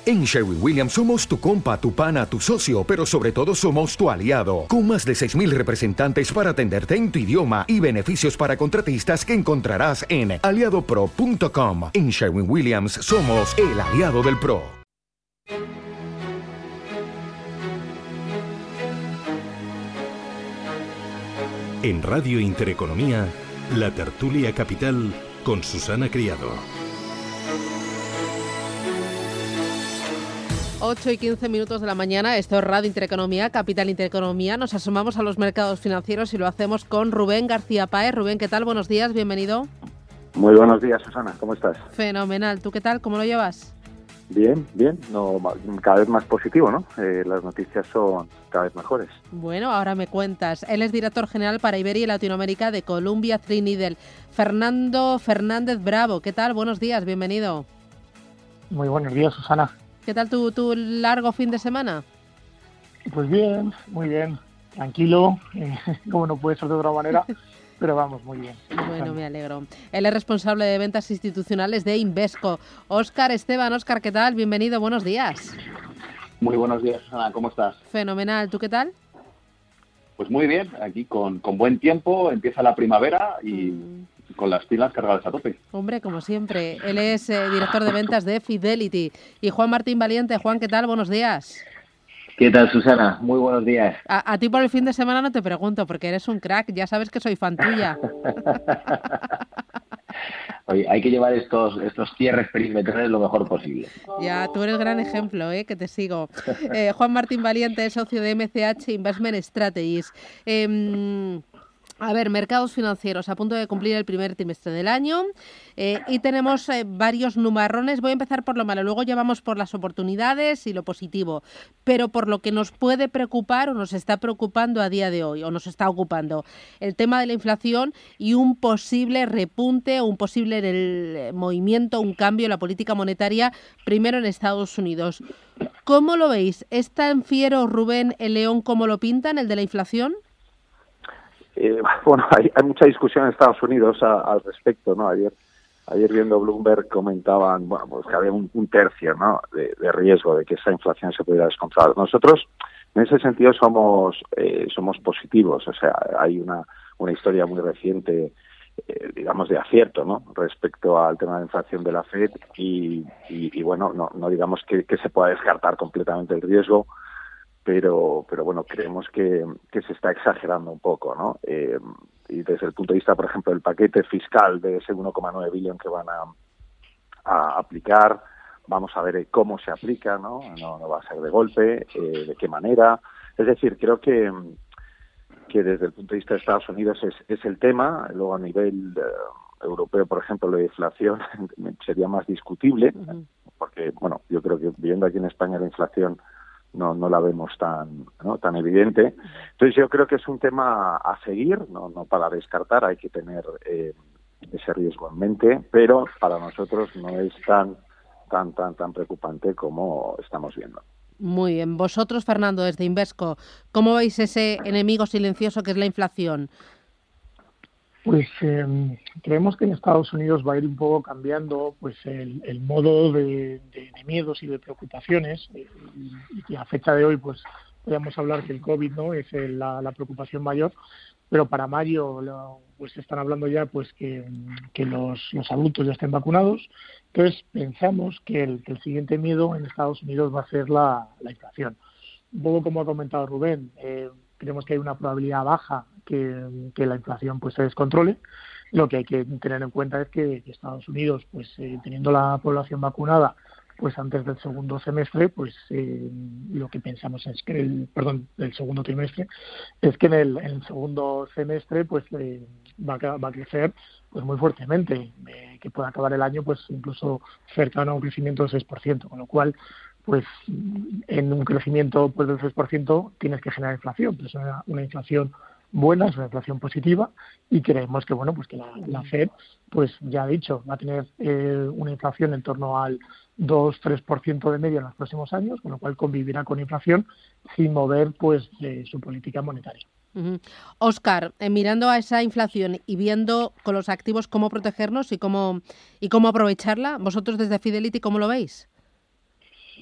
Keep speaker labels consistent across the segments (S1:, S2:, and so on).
S1: En Sherwin-Williams somos tu compa, tu pana, tu socio, pero sobre todo somos tu aliado, con más de 6,000 representantes para atenderte en tu idioma y beneficios para contratistas que encontrarás en aliadopro.com. En Sherwin-Williams somos el aliado del pro.
S2: En Radio Intereconomía, la tertulia capital con Susana Criado.
S3: 8:15 de la mañana, esto es Radio Intereconomía, Capital Intereconomía. Nos asomamos a los mercados financieros y lo hacemos con Rubén García Páez. Rubén, ¿qué tal? Buenos días, bienvenido.
S4: Muy buenos días, Susana, ¿cómo estás?
S3: Fenomenal, ¿tú qué tal? ¿Cómo lo llevas?
S4: Bien, cada vez más positivo, ¿no? Las noticias son cada vez mejores.
S3: Bueno, ahora me cuentas. Él es director general para Iberia y Latinoamérica de Columbia Threadneedle. Fernando Fernández Bravo, ¿qué tal? Buenos días, bienvenido.
S5: Muy buenos días, Susana.
S3: ¿Qué tal tu largo fin de semana?
S5: Pues bien, muy bien. Tranquilo, como no puede ser de otra manera, pero vamos, muy bien.
S3: Bueno, me alegro. Él es responsable de ventas institucionales de Invesco. Óscar Esteban, Óscar, ¿qué tal? Bienvenido, buenos días.
S6: Muy buenos días, Susana, ¿cómo estás?
S3: Fenomenal, ¿tú qué tal?
S6: Pues muy bien, aquí con buen tiempo, empieza la primavera y con las pilas cargadas a tope.
S3: Hombre, como siempre, él es director de ventas de Fidelity. Y Juan Martín Valiente. Juan, ¿qué tal? Buenos días.
S7: ¿Qué tal, Susana? Muy buenos días.
S3: A ti por el fin de semana no te pregunto, porque eres un crack, ya sabes que soy fan tuya.
S7: Oye, hay que llevar estos cierres perimetrales lo mejor posible.
S3: Ya, tú eres gran ejemplo, que te sigo. Juan Martín Valiente es socio de MCH Investment Strategies. A ver, mercados financieros a punto de cumplir el primer trimestre del año y tenemos varios nubarrones. Voy a empezar por lo malo, luego ya vamos por las oportunidades y lo positivo, pero por lo que nos puede preocupar o nos está preocupando a día de hoy o nos está ocupando el tema de la inflación y un posible repunte o un posible movimiento, un cambio en la política monetaria, primero en Estados Unidos. ¿Cómo lo veis? ¿Es tan fiero Rubén el león como lo pintan, el de la inflación?
S4: Bueno, hay mucha discusión en Estados Unidos al respecto, ¿no? Ayer viendo Bloomberg comentaban, bueno, pues que había un tercio, ¿no? de riesgo de que esa inflación se pudiera descontrolar. Nosotros, en ese sentido, somos positivos. O sea, hay una historia muy reciente, digamos, de acierto, ¿no? Respecto al tema de la inflación de la Fed y bueno, no digamos que se pueda descartar completamente el riesgo. Pero bueno, creemos que se está exagerando un poco, ¿no? Y desde el punto de vista, por ejemplo, del paquete fiscal de ese 1,9 billón que van a aplicar, vamos a ver cómo se aplica, ¿no? No va a ser de golpe, de qué manera. Es decir, creo que desde el punto de vista de Estados Unidos es el tema. Luego a nivel europeo, por ejemplo, la inflación sería más discutible, porque, bueno, yo creo que viviendo aquí en España la inflación no la vemos tan evidente. Entonces yo creo que es un tema a seguir, no para descartar, hay que tener ese riesgo en mente, pero para nosotros no es tan preocupante como estamos viendo.
S3: Muy bien. Vosotros, Fernando, desde Invesco, ¿cómo veis ese enemigo silencioso que es la inflación?
S5: Pues creemos que en Estados Unidos va a ir un poco cambiando pues el modo de miedos y de preocupaciones y que a fecha de hoy pues podemos hablar que el COVID no es la preocupación mayor, pero para mayo pues están hablando ya pues que los adultos ya estén vacunados. Entonces pensamos que el siguiente miedo en Estados Unidos va a ser la inflación. Un poco como ha comentado Rubén, creemos que hay una probabilidad baja que la inflación pues se descontrole. Lo que hay que tener en cuenta es que Estados Unidos, pues teniendo la población vacunada, pues antes del segundo semestre, pues lo que pensamos es que del segundo trimestre, es que en el segundo semestre pues va a crecer pues muy fuertemente, que pueda acabar el año pues incluso cercano a un crecimiento del 6%, con lo cual pues en un crecimiento pues del 6% tienes que generar inflación, pero es una inflación buena, es una inflación positiva y creemos que bueno pues que la Fed pues ya ha dicho va a tener una inflación en torno al 2-3% de media en los próximos años, con lo cual convivirá con inflación sin mover pues de su política monetaria.
S3: Óscar, mirando a esa inflación y viendo con los activos cómo protegernos y cómo aprovecharla, vosotros desde Fidelity, ¿cómo lo veis?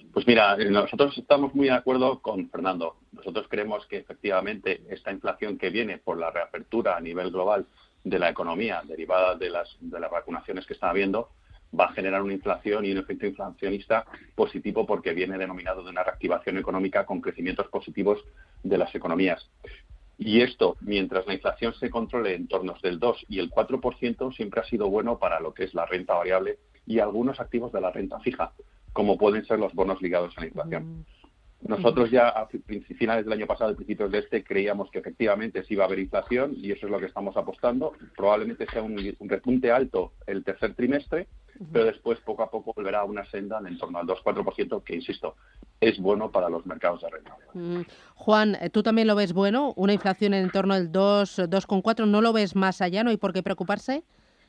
S6: Pues mira, nosotros estamos muy de acuerdo con Fernando. Nosotros creemos que efectivamente esta inflación que viene por la reapertura a nivel global de la economía derivada de las vacunaciones que está habiendo va a generar una inflación y un efecto inflacionista positivo porque viene denominado de una reactivación económica con crecimientos positivos de las economías. Y esto, mientras la inflación se controle en torno del 2 y el 4%, siempre ha sido bueno para lo que es la renta variable y algunos activos de la renta fija, como pueden ser los bonos ligados a la inflación. Nosotros ya a finales del año pasado y principios de creíamos que efectivamente sí iba a haber inflación y eso es lo que estamos apostando. Probablemente sea un repunte alto el tercer trimestre, pero después poco a poco volverá a una senda en torno al 2-4%, que insisto, es bueno para los mercados de renta.
S3: Juan, ¿tú también lo ves bueno? Una inflación en torno al 2,4, ¿no lo ves más allá? ¿No hay por qué preocuparse?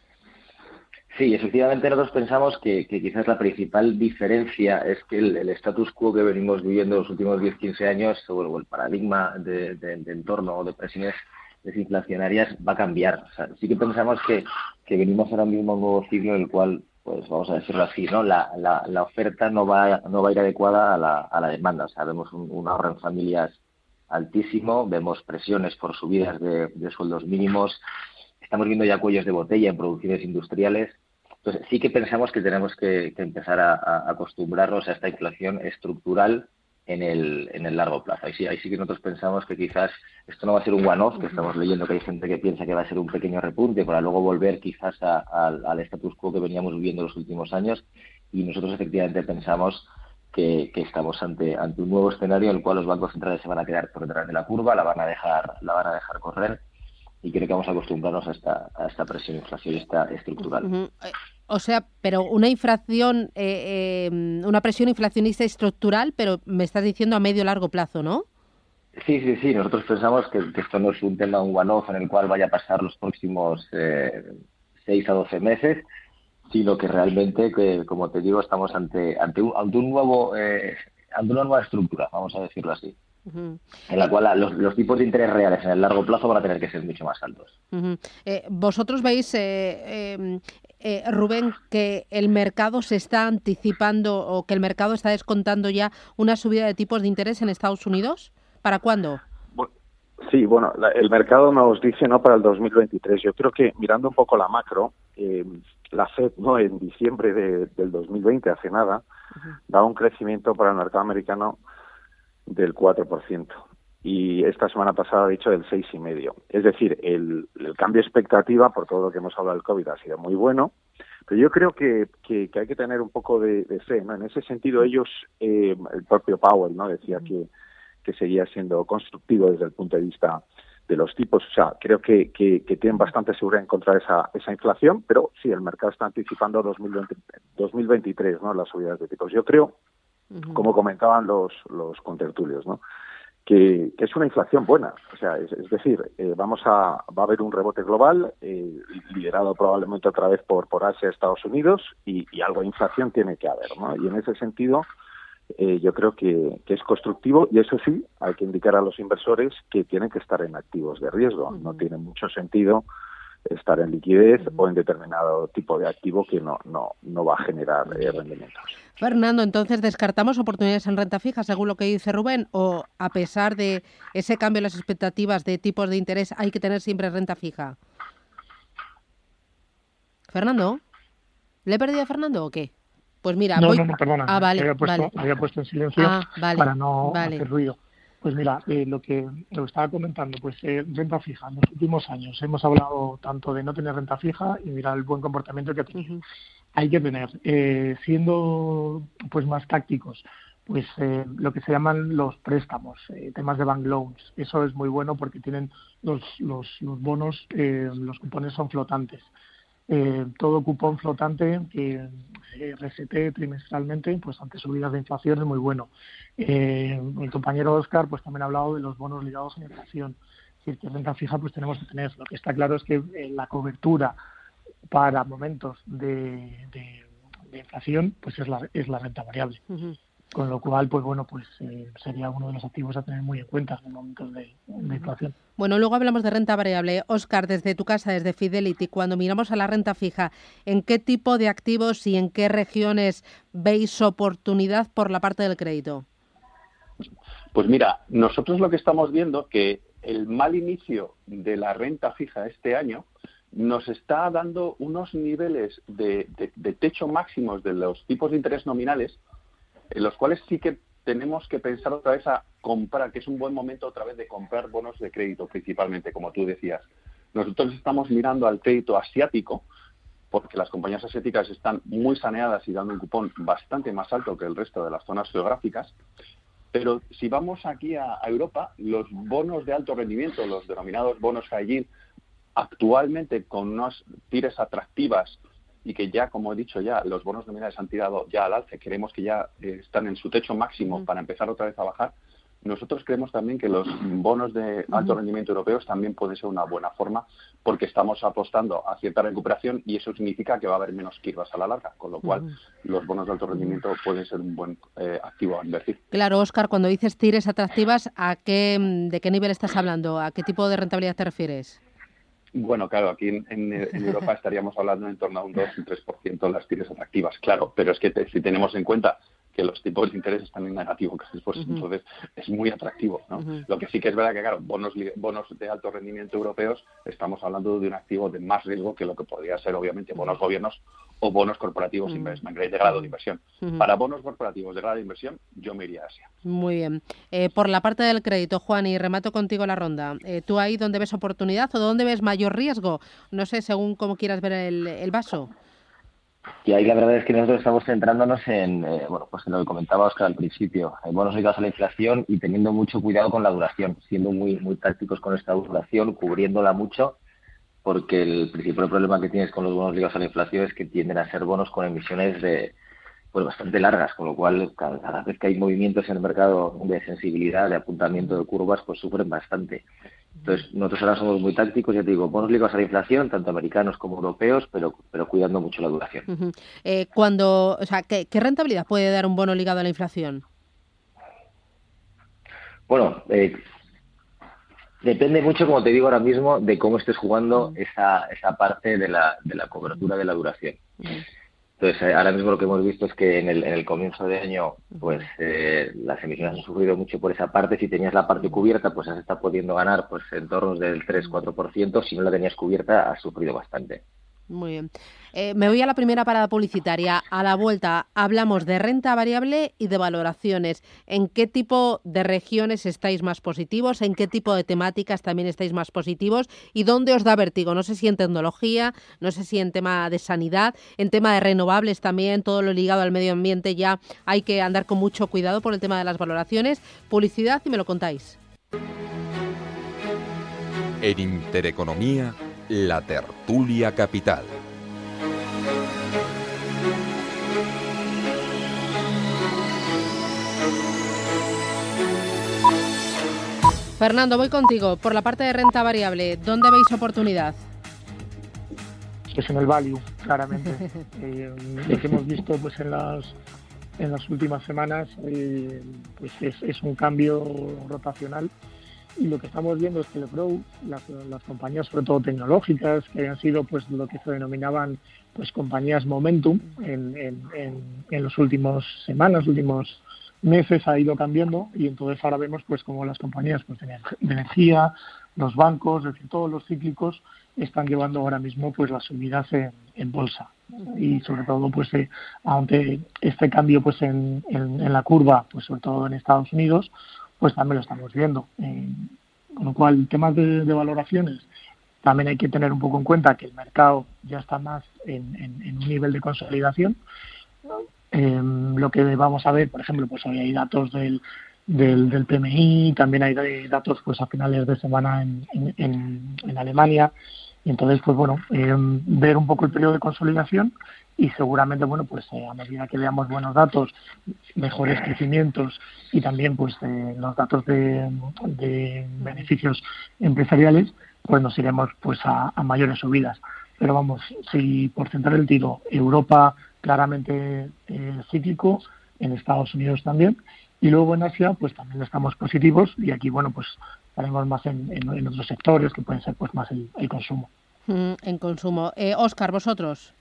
S7: Sí, efectivamente nosotros pensamos que quizás la principal diferencia es que el status quo que venimos viviendo los últimos 10-15 años, o el paradigma de entorno o de presiones desinflacionarias va a cambiar. O sea, sí que pensamos que venimos ahora mismo a un nuevo ciclo en el cual, pues vamos a decirlo así, ¿no? La oferta no va a ir adecuada a la demanda. O sea, vemos un ahorro en familias altísimo, vemos presiones por subidas de sueldos mínimos. Estamos viendo ya cuellos de botella en producciones industriales. Entonces, sí que pensamos que tenemos que empezar a acostumbrarnos a esta inflación estructural en el largo plazo. Ahí sí que nosotros pensamos que quizás esto no va a ser un one-off, que estamos leyendo que hay gente que piensa que va a ser un pequeño repunte para luego volver quizás al status quo que veníamos viviendo los últimos años. Y nosotros efectivamente pensamos que estamos ante un nuevo escenario en el cual los bancos centrales se van a quedar por detrás de la curva, la van a dejar correr. Y creo que vamos a acostumbrarnos a esta presión inflacionista estructural.
S3: O sea, pero una inflación, una presión inflacionista estructural, pero me estás diciendo a medio largo plazo, ¿no?
S7: Sí. Nosotros pensamos que esto no es un tema, un one-off en el cual vaya a pasar los próximos 6 a 12 meses, sino que realmente, como te digo, estamos ante una nueva estructura, vamos a decirlo así. En la cual los tipos de interés reales en el largo plazo van a tener que ser mucho más altos.
S3: ¿Vosotros veis, Rubén, que el mercado se está anticipando o que el mercado está descontando ya una subida de tipos de interés en Estados Unidos? ¿Para cuándo?
S4: Sí, bueno, el mercado nos dice no para el 2023. Yo creo que mirando un poco la macro, la FED no en diciembre del 2020, hace nada, da un crecimiento para el mercado americano del 4%. Y esta semana pasada ha dicho del 6,5%. Es decir, el cambio de expectativa, por todo lo que hemos hablado del COVID, ha sido muy bueno, pero yo creo que hay que tener un poco de fe, ¿no? En ese sentido, ellos, el propio Powell, ¿no? Decía que seguía siendo constructivo desde el punto de vista de los tipos. O sea, creo que tienen bastante seguridad en contra de esa inflación, pero sí, el mercado está anticipando 2023, ¿no? Las subidas de tipos. Yo creo, como comentaban los contertulios, ¿no? Que es una inflación buena, o sea, es decir, va a haber un rebote global liderado probablemente otra vez por Asia, Estados Unidos y algo de inflación tiene que haber, ¿no? Y en ese sentido yo creo que es constructivo y eso sí, hay que indicar a los inversores que tienen que estar en activos de riesgo, no tiene mucho sentido estar en liquidez o en determinado tipo de activo que no va a generar rendimientos.
S3: Fernando, entonces, ¿descartamos oportunidades en renta fija, según lo que dice Rubén? ¿O a pesar de ese cambio en las expectativas de tipos de interés, hay que tener siempre renta fija? ¿Fernando? ¿Le he perdido a Fernando o qué? Pues mira...
S5: No, perdona.
S3: Vale,
S5: había puesto en silencio para no hacer ruido. Pues mira, lo que estaba comentando, pues renta fija. En los últimos años hemos hablado tanto de no tener renta fija y mirar el buen comportamiento que ha tenido. Hay que tener, siendo pues más tácticos, pues lo que se llaman los préstamos, temas de bank loans. Eso es muy bueno porque tienen los bonos, los cupones son flotantes. Todo cupón flotante que resete trimestralmente, pues ante subidas de inflación es muy bueno. Mi compañero Óscar pues también ha hablado de los bonos ligados a la inflación. Es decir, que renta fija pues tenemos que tener. Lo que está claro es que la cobertura para momentos de inflación pues es la renta variable. con lo cual, pues bueno, pues sería uno de los activos a tener muy en cuenta en momentos de inflación.
S3: Bueno, luego hablamos de renta variable. Óscar, desde tu casa, desde Fidelity, cuando miramos a la renta fija, ¿en qué tipo de activos y en qué regiones veis oportunidad por la parte del crédito?
S6: Pues mira, nosotros lo que estamos viendo que el mal inicio de la renta fija este año nos está dando unos niveles de techo máximos de los tipos de interés nominales, en los cuales sí que tenemos que pensar otra vez a comprar, que es un buen momento otra vez de comprar bonos de crédito, principalmente, como tú decías. Nosotros estamos mirando al crédito asiático, porque las compañías asiáticas están muy saneadas y dando un cupón bastante más alto que el resto de las zonas geográficas. Pero si vamos aquí a Europa, los bonos de alto rendimiento, los denominados bonos high yield, actualmente con unas tires atractivas y que ya, como he dicho, ya los bonos nominales han tirado ya al alza, creemos que ya están en su techo máximo para empezar otra vez a bajar. Nosotros creemos también que los bonos de alto rendimiento europeos también pueden ser una buena forma, porque estamos apostando a cierta recuperación y eso significa que va a haber menos curvas a la larga, con lo cual los bonos de alto rendimiento pueden ser un buen activo a invertir.
S3: Claro, Óscar, cuando dices tires atractivas, ¿de qué nivel estás hablando? ¿A qué tipo de rentabilidad te refieres?
S6: Bueno, claro, aquí en Europa estaríamos hablando en torno a un 2 y un 3% las tires atractivas, claro, pero es que si tenemos en cuenta que los tipos de interés están en negativo, pues entonces es muy atractivo, ¿no? Lo que sí que es verdad que, claro, bonos de alto rendimiento europeos, estamos hablando de un activo de más riesgo que lo que podría ser, obviamente, bonos gobiernos o bonos corporativos investment grade de grado de inversión. Para bonos corporativos de grado de inversión, yo me iría a Asia.
S3: Muy bien. Por la parte del crédito, Juan, y remato contigo la ronda. ¿Tú ahí dónde ves oportunidad o dónde ves mayor riesgo? No sé, según cómo quieras ver el vaso.
S7: Y ahí la verdad es que nosotros estamos centrándonos en, pues en lo que comentaba Óscar al principio, en bonos ligados a la inflación y teniendo mucho cuidado con la duración, siendo muy tácticos con esta duración, cubriéndola mucho, porque el principal problema que tienes con los bonos ligados a la inflación es que tienden a ser bonos con emisiones bastante largas, con lo cual cada vez que hay movimientos en el mercado de sensibilidad, de apuntamiento de curvas, pues sufren bastante. Entonces, nosotros ahora somos muy tácticos, ya te digo, bonos ligados a la inflación, tanto americanos como europeos, pero cuidando mucho la duración.
S3: ¿Qué rentabilidad puede dar un bono ligado a la inflación?
S7: Bueno, depende mucho, como te digo ahora mismo, de cómo estés jugando esa parte de la cobertura de la duración. Entonces, ahora mismo lo que hemos visto es que en el comienzo de año, pues las emisiones han sufrido mucho por esa parte. Si tenías la parte cubierta, pues has estado pudiendo ganar pues en torno del 3-4%. Si no la tenías cubierta, has sufrido bastante.
S3: Muy bien. Me voy a la primera parada publicitaria. A la vuelta hablamos de renta variable y de valoraciones. ¿En qué tipo de regiones estáis más positivos? ¿En qué tipo de temáticas también estáis más positivos? ¿Y dónde os da vértigo? No sé si en tecnología, no sé si en tema de sanidad, en tema de renovables también, todo lo ligado al medio ambiente ya hay que andar con mucho cuidado por el tema de las valoraciones. Publicidad y me lo contáis.
S8: En Intereconomía, la tertulia capital.
S3: Fernando, voy contigo. Por la parte de renta variable, ¿dónde veis oportunidad?
S5: Pues en el value, claramente. Lo que hemos visto pues en las últimas semanas pues es un cambio rotacional. Y lo que estamos viendo es que el growth, las compañías sobre todo tecnológicas, que han sido pues lo que se denominaban pues compañías momentum en los últimos semanas, últimos meses ha ido cambiando y entonces ahora vemos pues como las compañías pues de energía, los bancos, es decir, todos los cíclicos están llevando ahora mismo pues las subidas en bolsa y sobre todo pues ante este cambio pues en la curva pues sobre todo en Estados Unidos pues también lo estamos viendo. Con lo cual, temas de valoraciones, también hay que tener un poco en cuenta que el mercado ya está más en un nivel de consolidación. Lo que vamos a ver, por ejemplo, pues hoy hay datos del PMI, también hay datos pues a finales de semana en Alemania. Y entonces, pues bueno, ver un poco el periodo de consolidación y seguramente, bueno, pues a medida que veamos buenos datos, mejores crecimientos y también pues los datos de beneficios empresariales, pues nos iremos pues a mayores subidas. Pero vamos, si por centrar el tiro, Europa claramente cíclico, en Estados Unidos también. Y luego en Asia, pues también estamos positivos y aquí, bueno, pues estaremos más en otros sectores que pueden ser pues más el consumo.
S3: En consumo. Óscar, ¿vosotros?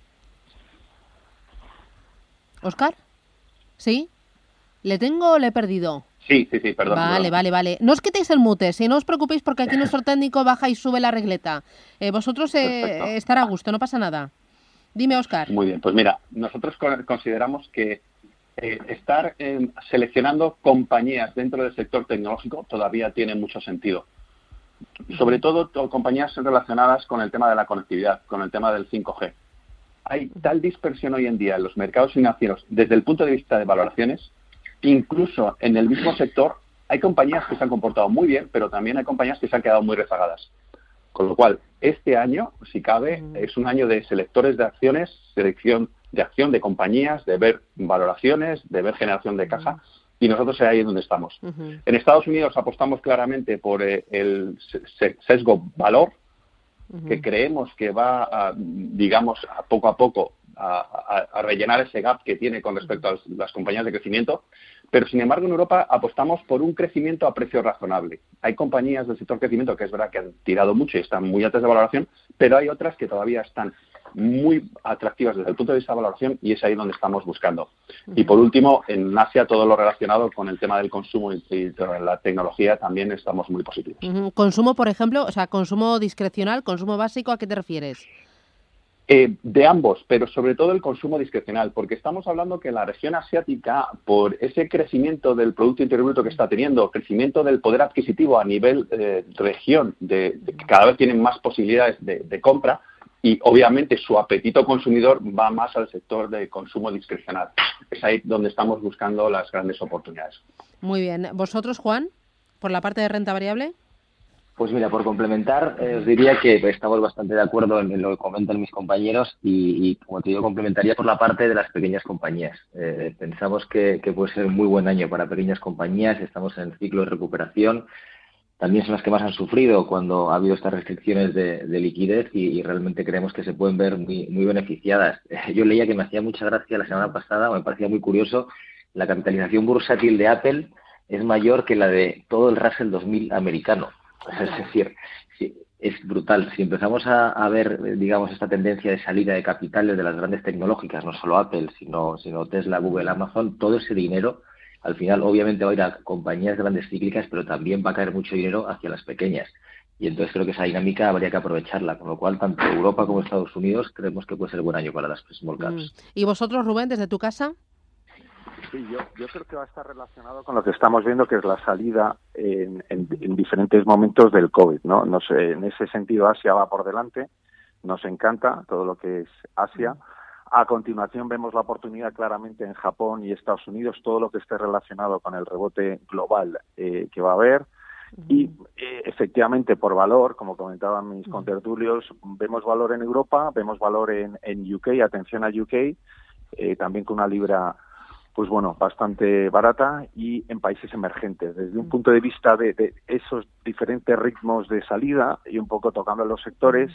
S3: ¿Óscar? ¿Sí? ¿Le tengo o le he perdido?
S6: Sí, perdón.
S3: Vale. No os quitéis el mute, si no os preocupéis porque aquí nuestro técnico baja y sube la regleta. Vosotros estar a gusto, no pasa nada. Dime, Óscar.
S6: Muy bien, pues mira, nosotros consideramos que estar seleccionando compañías dentro del sector tecnológico todavía tiene mucho sentido. Sobre todo compañías relacionadas con el tema de la conectividad, con el tema del 5G. Hay tal dispersión hoy en día en los mercados financieros desde el punto de vista de valoraciones, incluso en el mismo sector hay compañías que se han comportado muy bien, pero también hay compañías que se han quedado muy rezagadas. Con lo cual, este año, si cabe, es un año de selectores de acciones, selección de acción de compañías, de ver valoraciones, de ver generación de caja, y nosotros es ahí donde estamos. En Estados Unidos apostamos claramente por el sesgo valor, que creemos que va a poco a poco a rellenar ese gap que tiene con respecto a las compañías de crecimiento, pero sin embargo en Europa apostamos por un crecimiento a precio razonable. Hay compañías del sector crecimiento que es verdad que han tirado mucho y están muy altas de valoración, pero hay otras que todavía están muy atractivas desde el punto de vista de valoración y es ahí donde estamos buscando. Y por último, en Asia todo lo relacionado con el tema del consumo y la tecnología también estamos muy positivos.
S3: Consumo, por ejemplo, o sea, consumo discrecional, consumo básico, ¿a qué te refieres?
S6: De ambos, pero sobre todo el consumo discrecional, porque estamos hablando que la región asiática, por ese crecimiento del Producto Interior Bruto que está teniendo, crecimiento del poder adquisitivo a nivel región, de que cada vez tienen más posibilidades de compra, y obviamente su apetito consumidor va más al sector de consumo discrecional. Es ahí donde estamos buscando las grandes oportunidades.
S3: Muy bien. ¿Vosotros, Juan, por la parte de renta variable?
S7: Pues mira, por complementar, os diría que estamos bastante de acuerdo en lo que comentan mis compañeros y como te digo, complementaría por la parte de las pequeñas compañías. Pensamos que puede ser un muy buen año para pequeñas compañías, estamos en el ciclo de recuperación. También son las que más han sufrido cuando ha habido estas restricciones de liquidez y realmente creemos que se pueden ver muy beneficiadas. Yo leía que me hacía mucha gracia la semana pasada, me parecía muy curioso, la capitalización bursátil de Apple es mayor que la de todo el Russell 2000 americano. Es decir, sí, es brutal. Si empezamos a ver, digamos, esta tendencia de salida de capitales de las grandes tecnológicas, no solo Apple, sino Tesla, Google, Amazon, todo ese dinero al final obviamente va a ir a compañías grandes cíclicas, pero también va a caer mucho dinero hacia las pequeñas. Y entonces creo que esa dinámica habría que aprovecharla, con lo cual tanto Europa como Estados Unidos creemos que puede ser buen año para las small caps.
S3: ¿Y vosotros, Rubén, desde tu casa?
S4: Sí, yo creo que va a estar relacionado con lo que estamos viendo, que es la salida en diferentes momentos del COVID, ¿no? No sé, en ese sentido Asia va por delante, nos encanta todo lo que es Asia. A continuación vemos la oportunidad claramente en Japón y Estados Unidos, todo lo que esté relacionado con el rebote global que va a haber. Y efectivamente por valor, como comentaban mis contertulios, vemos valor en Europa, vemos valor en UK, atención a UK, también con una libra pues bueno, bastante barata, y en países emergentes. Desde un punto de vista de esos diferentes ritmos de salida y un poco tocando los sectores,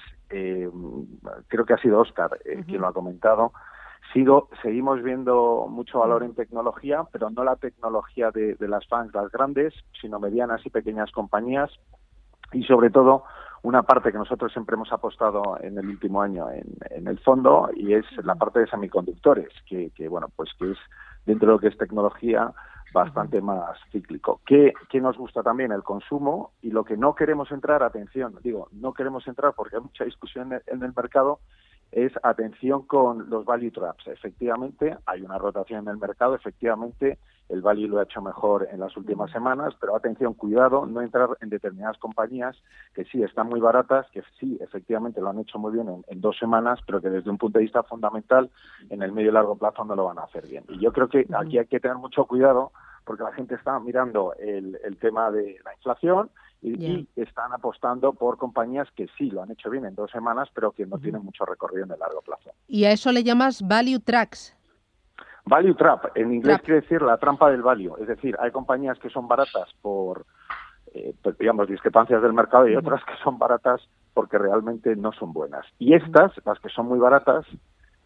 S4: creo que ha sido Óscar quien lo ha comentado. Seguimos viendo mucho valor en tecnología, pero no la tecnología de las FANGs, las grandes, sino medianas y pequeñas compañías, y sobre todo una parte que nosotros siempre hemos apostado en el último año en el fondo, y es la parte de semiconductores, que bueno, pues que es dentro de lo que es tecnología bastante más cíclico. ¿Qué nos gusta también? El consumo, y lo que no queremos entrar, atención, no queremos entrar porque hay mucha discusión en el mercado, es atención con los value traps. Efectivamente, hay una rotación en el mercado, efectivamente, el value lo ha hecho mejor en las últimas semanas, pero atención, cuidado, no entrar en determinadas compañías que sí están muy baratas, que sí, efectivamente lo han hecho muy bien en 2 semanas, pero que desde un punto de vista fundamental, en el medio y largo plazo no lo van a hacer bien. Y yo creo que aquí hay que tener mucho cuidado, porque la gente está mirando el tema de la inflación y están apostando por compañías que sí lo han hecho bien en 2 semanas, pero que no tienen mucho recorrido en el largo plazo.
S3: ¿Y a eso le llamas value tracks?
S4: Value trap, en inglés quiere decir la trampa del value. Es decir, hay compañías que son baratas por, digamos, discrepancias del mercado, y otras que son baratas porque realmente no son buenas. Y estas, las que son muy baratas,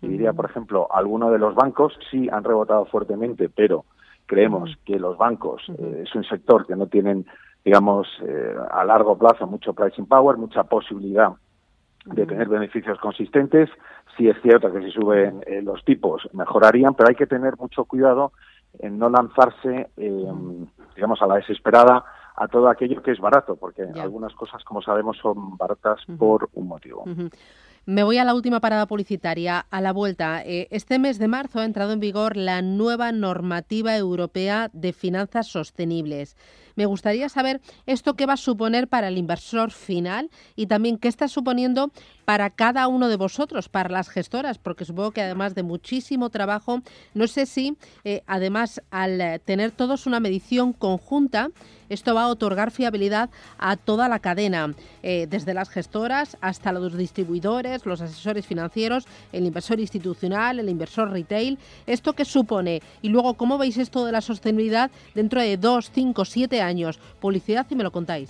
S4: Y diría, por ejemplo, algunos de los bancos sí han rebotado fuertemente, pero creemos que los bancos es un sector que no tienen, digamos, a largo plazo mucho pricing power, mucha posibilidad de tener beneficios consistentes. Sí es cierto que si suben los tipos mejorarían, pero hay que tener mucho cuidado en no lanzarse, digamos, a la desesperada a todo aquello que es barato, porque algunas cosas, como sabemos, son baratas por un motivo.
S3: Me voy a la última parada publicitaria. A la vuelta, este mes de marzo ha entrado en vigor la nueva normativa europea de finanzas sostenibles. Me gustaría saber esto qué va a suponer para el inversor final y también qué está suponiendo para cada uno de vosotros, para las gestoras, porque supongo que además de muchísimo trabajo, no sé si además al tener todos una medición conjunta, esto va a otorgar fiabilidad a toda la cadena, desde las gestoras hasta los distribuidores, los asesores financieros, el inversor institucional, el inversor retail. ¿Esto qué supone? Y luego, ¿cómo veis esto de la sostenibilidad dentro de 2, 5, 7 años? Publicidad y me lo contáis.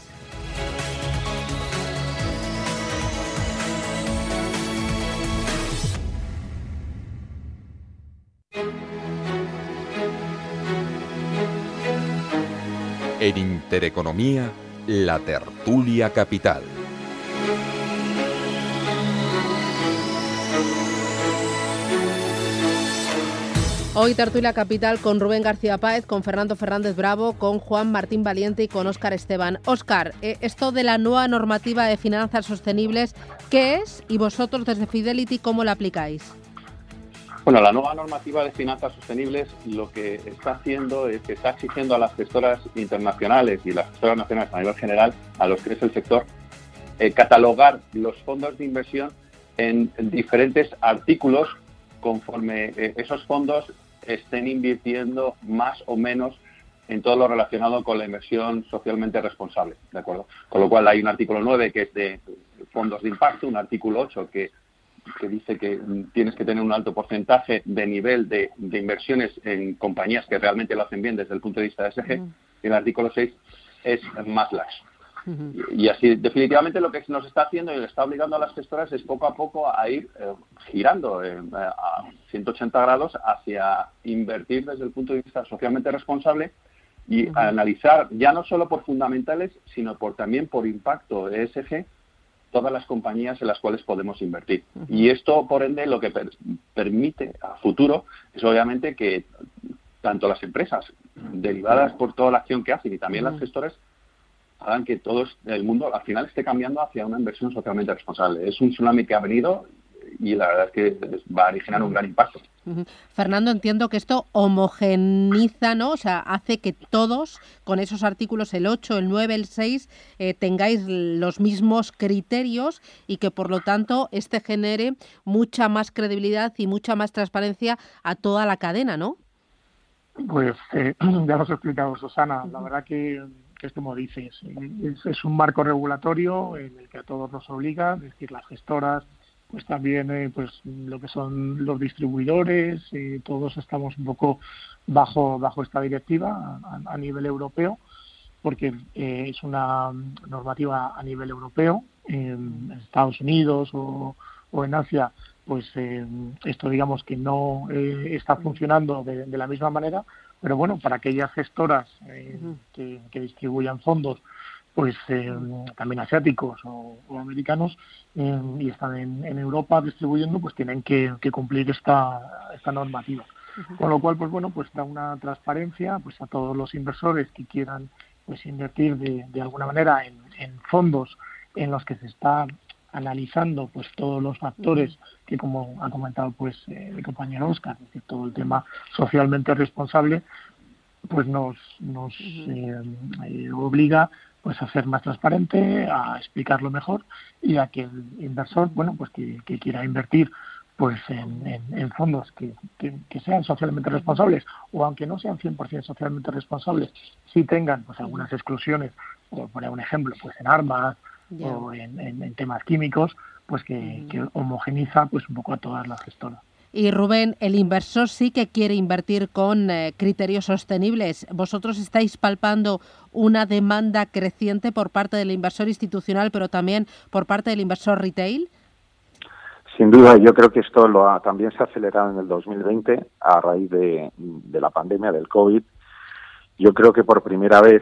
S8: En Intereconomía, la tertulia capital.
S3: Hoy tertulia capital con Rubén García Páez, con Fernando Fernández Bravo, con Juan Martín Valiente y con Óscar Esteban. Óscar, esto de la nueva normativa de finanzas sostenibles, ¿qué es? Y vosotros desde Fidelity, ¿cómo la aplicáis?
S6: Bueno, la nueva normativa de finanzas sostenibles lo que está haciendo es que está exigiendo a las gestoras internacionales y las gestoras nacionales a nivel general, a los que es el sector, catalogar los fondos de inversión en diferentes artículos conforme esos fondos estén invirtiendo más o menos en todo lo relacionado con la inversión socialmente responsable, ¿de acuerdo? Con lo cual hay un artículo 9 que es de fondos de impacto, un artículo 8 que dice que tienes que tener un alto porcentaje de nivel de inversiones en compañías que realmente lo hacen bien desde el punto de vista de ESG, y el artículo 6 es más lax. Y así, definitivamente, lo que nos está haciendo y le está obligando a las gestoras es poco a poco a ir girando a 180 grados hacia invertir desde el punto de vista socialmente responsable y analizar ya no solo por fundamentales, sino también por impacto ESG todas las compañías en las cuales podemos invertir. Y esto, por ende, lo que permite a futuro es obviamente que tanto las empresas, derivadas por toda la acción que hacen, y también las gestoras, hagan que todo el mundo al final esté cambiando hacia una inversión socialmente responsable. Es un tsunami que ha venido y la verdad es que va a originar un gran impacto.
S3: Fernando, entiendo que esto homogeniza, ¿no? O sea, hace que todos, con esos artículos, el 8, el 9, el 6, tengáis los mismos criterios y que, por lo tanto, genere mucha más credibilidad y mucha más transparencia a toda la cadena, ¿no?
S5: Pues ya lo has explicado, Susana. La verdad que es como dices, es un marco regulatorio en el que a todos nos obliga, es decir, las gestoras, pues también pues lo que son los distribuidores, todos estamos un poco bajo esta directiva a nivel europeo, porque es una normativa a nivel europeo. En Estados Unidos o en Asia, pues esto digamos que no está funcionando de la misma manera, pero bueno, para aquellas gestoras que distribuyan fondos, pues también asiáticos o americanos, y están en Europa distribuyendo, pues tienen que cumplir esta normativa. Con lo cual, pues bueno, pues da una transparencia pues a todos los inversores que quieran pues invertir de alguna manera en fondos en los que se está analizando pues todos los factores que, como ha comentado pues mi compañero Óscar, es decir, todo el tema socialmente responsable, pues nos obliga pues a ser más transparente, a explicarlo mejor y a que el inversor, bueno, pues que quiera invertir pues en fondos que sean socialmente responsables, o aunque no sean 100% socialmente responsables, sí tengan pues algunas exclusiones, por poner un ejemplo, pues en armas o en temas químicos, pues que homogeniza pues un poco a todas las gestoras.
S3: Y Rubén, el inversor sí que quiere invertir con criterios sostenibles. ¿Vosotros estáis palpando una demanda creciente por parte del inversor institucional, pero también por parte del inversor retail?
S4: Sin duda, yo creo que esto también se ha acelerado en el 2020 a raíz de la pandemia del COVID. Yo creo que por primera vez,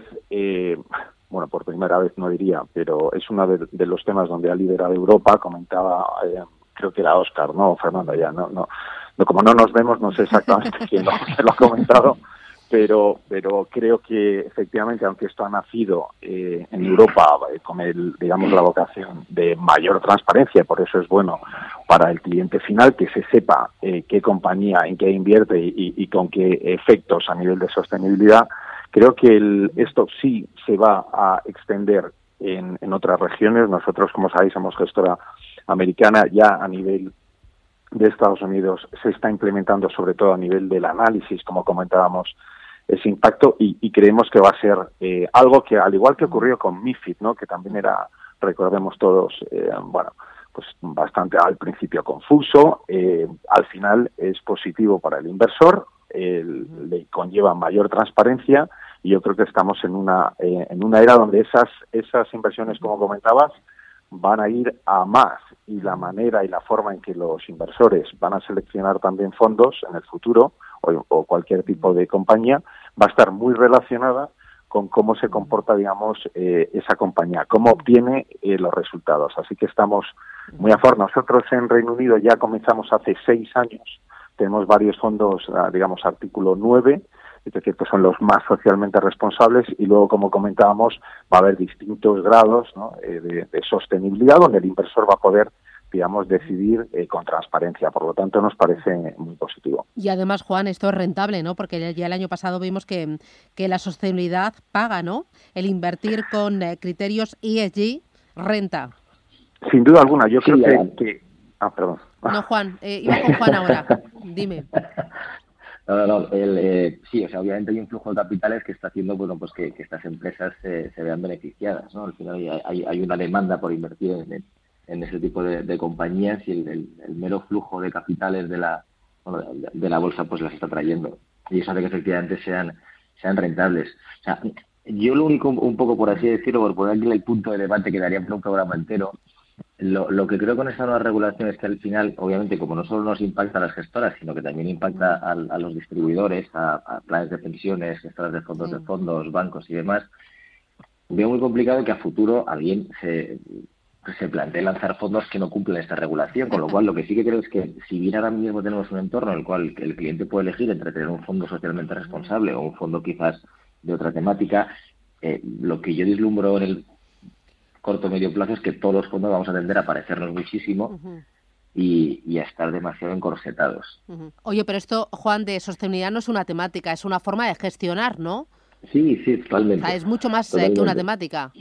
S4: por primera vez no diría, pero es uno de los temas donde ha liderado Europa. Comentaba, creo que era Óscar, ¿no? Fernando, ya, no, como no nos vemos, no sé exactamente quién lo ha comentado, pero creo que efectivamente, aunque esto ha nacido en Europa con la vocación de mayor transparencia, por eso es bueno para el cliente final que se sepa qué compañía, en qué invierte y con qué efectos a nivel de sostenibilidad. Creo que esto sí se va a extender en otras regiones. Nosotros, como sabéis, somos gestora americana. Ya a nivel de Estados Unidos se está implementando, sobre todo a nivel del análisis, como comentábamos, ese impacto, y creemos que va a ser algo que, al igual que ocurrió con MiFID, ¿no? Que también era, recordemos todos, pues bastante al principio confuso, al final es positivo para el inversor, le conlleva mayor transparencia, y yo creo que estamos en una era donde esas inversiones, como comentabas, van a ir a más, y la manera y la forma en que los inversores van a seleccionar también fondos en el futuro o cualquier tipo de compañía va a estar muy relacionada con cómo se comporta, digamos, esa compañía, cómo obtiene los resultados. Así que estamos muy a favor. Nosotros en Reino Unido ya comenzamos hace 6 años, tenemos varios fondos, digamos, artículo 9, es decir, que son los más socialmente responsables, y luego, como comentábamos, va a haber distintos grados, ¿no? de sostenibilidad, donde el inversor va a poder, digamos, decidir con transparencia. Por lo tanto, nos parece muy positivo.
S3: Y además, Juan, esto es rentable, ¿no? Porque ya el año pasado vimos que la sostenibilidad paga, ¿no? El invertir con criterios ESG renta.
S4: Sin duda alguna. Yo creo que... perdón.
S3: No, Juan. Iba con Juan ahora. Dime.
S7: No. Sí, o sea, obviamente hay un flujo de capitales que está haciendo, bueno, pues que estas empresas se vean beneficiadas, ¿no? Al final hay una demanda por invertir en ese tipo de compañías, y el mero flujo de capitales de la bolsa pues las está trayendo, y eso hace que efectivamente sean rentables. O sea, yo lo único, un poco por así decirlo, por poner aquí el punto de debate que daría para un programa entero, lo que creo con esta nueva regulación es que al final, obviamente, como no solo nos impacta a las gestoras, sino que también impacta a los distribuidores, a planes de pensiones, gestoras de fondos, bancos y demás, veo muy complicado que a futuro alguien se plantee lanzar fondos que no cumplen esta regulación, con lo cual lo que sí que creo es que si bien ahora mismo tenemos un entorno en el cual el cliente puede elegir entre tener un fondo socialmente responsable o un fondo quizás de otra temática, lo que yo vislumbro en el corto o medio plazo es que todos los fondos vamos a tender a parecernos muchísimo y a estar demasiado encorsetados.
S3: Oye, pero esto, Juan, de sostenibilidad no es una temática, es una forma de gestionar, ¿no?
S7: Sí, totalmente.
S3: O sea, es mucho más que una temática.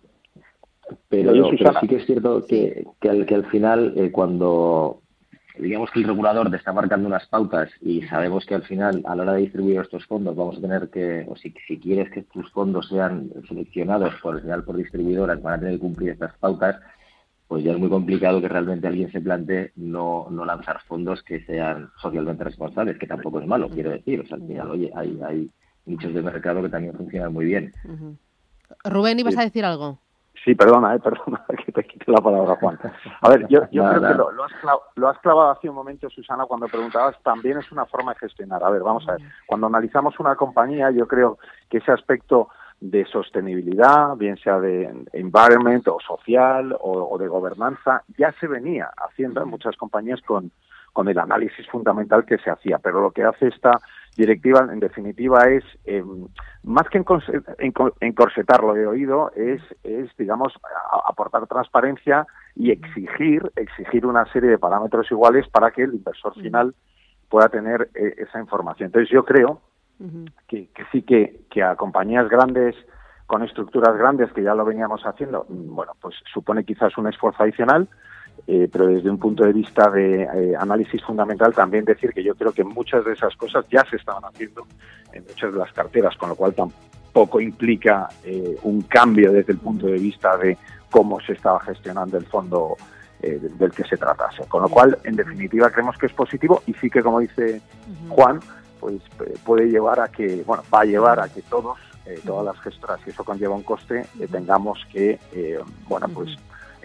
S7: Pero sí que es cierto que al final, cuando digamos que el regulador te está marcando unas pautas y sabemos que al final, a la hora de distribuir estos fondos, vamos a tener que, o si quieres que tus fondos sean seleccionados por distribuidoras, van a tener que cumplir estas pautas, pues ya es muy complicado que realmente alguien se plantee no lanzar fondos que sean socialmente responsables, que tampoco es malo, quiero decir. O sea, al final, oye, hay nichos de mercado que también funcionan muy bien.
S3: Rubén, ¿ibas a decir algo?
S4: Sí, perdona que te quite la palabra, Juan. A ver, yo creo que lo has clavado hace un momento, Susana, cuando preguntabas, también es una forma de gestionar. A ver, vamos a ver, cuando analizamos una compañía, yo creo que ese aspecto de sostenibilidad, bien sea de environment o social o de gobernanza, ya se venía haciendo en muchas compañías con el análisis fundamental que se hacía, pero lo que hace esta directiva, en definitiva, es más que encorsetar, lo he oído, es digamos, aportar transparencia y exigir una serie de parámetros iguales para que el inversor final pueda tener esa información. Entonces, yo creo que sí que a compañías grandes, con estructuras grandes, que ya lo veníamos haciendo, bueno, pues supone quizás un esfuerzo adicional, pero desde un punto de vista de análisis fundamental, también decir que yo creo que muchas de esas cosas ya se estaban haciendo en muchas de las carteras, con lo cual tampoco implica un cambio desde el punto de vista de cómo se estaba gestionando el fondo del que se tratase. Con lo cual, en definitiva, creemos que es positivo, y sí que, como dice Juan, pues puede llevar a que, bueno, va a llevar a que todas las gestoras, y eso conlleva un coste, tengamos que, bueno, pues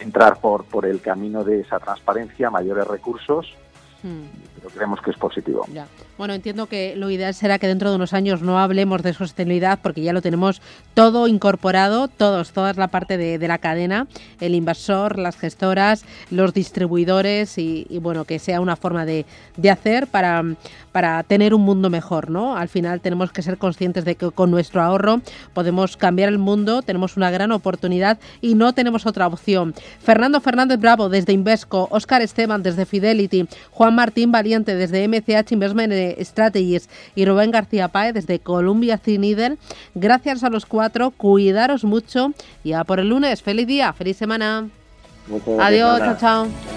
S4: entrar por el camino de esa transparencia, mayores recursos, pero creemos que es positivo.
S3: Ya. Bueno, entiendo que lo ideal será que dentro de unos años no hablemos de sostenibilidad porque ya lo tenemos todo incorporado, toda la parte de la cadena, el inversor, las gestoras, los distribuidores y bueno, que sea una forma de hacer para tener un mundo mejor, ¿no? Al final tenemos que ser conscientes de que con nuestro ahorro podemos cambiar el mundo, tenemos una gran oportunidad y no tenemos otra opción. Fernando Fernández Bravo desde Invesco, Óscar Esteban desde Fidelity, Juan Martín Valiente desde MCH Investment Strategies y Rubén García Páez desde Columbia Threadneedle. Gracias a los 4, cuidaros mucho y a por el lunes. ¡Feliz día! ¡Feliz semana! Adiós, chao, chao.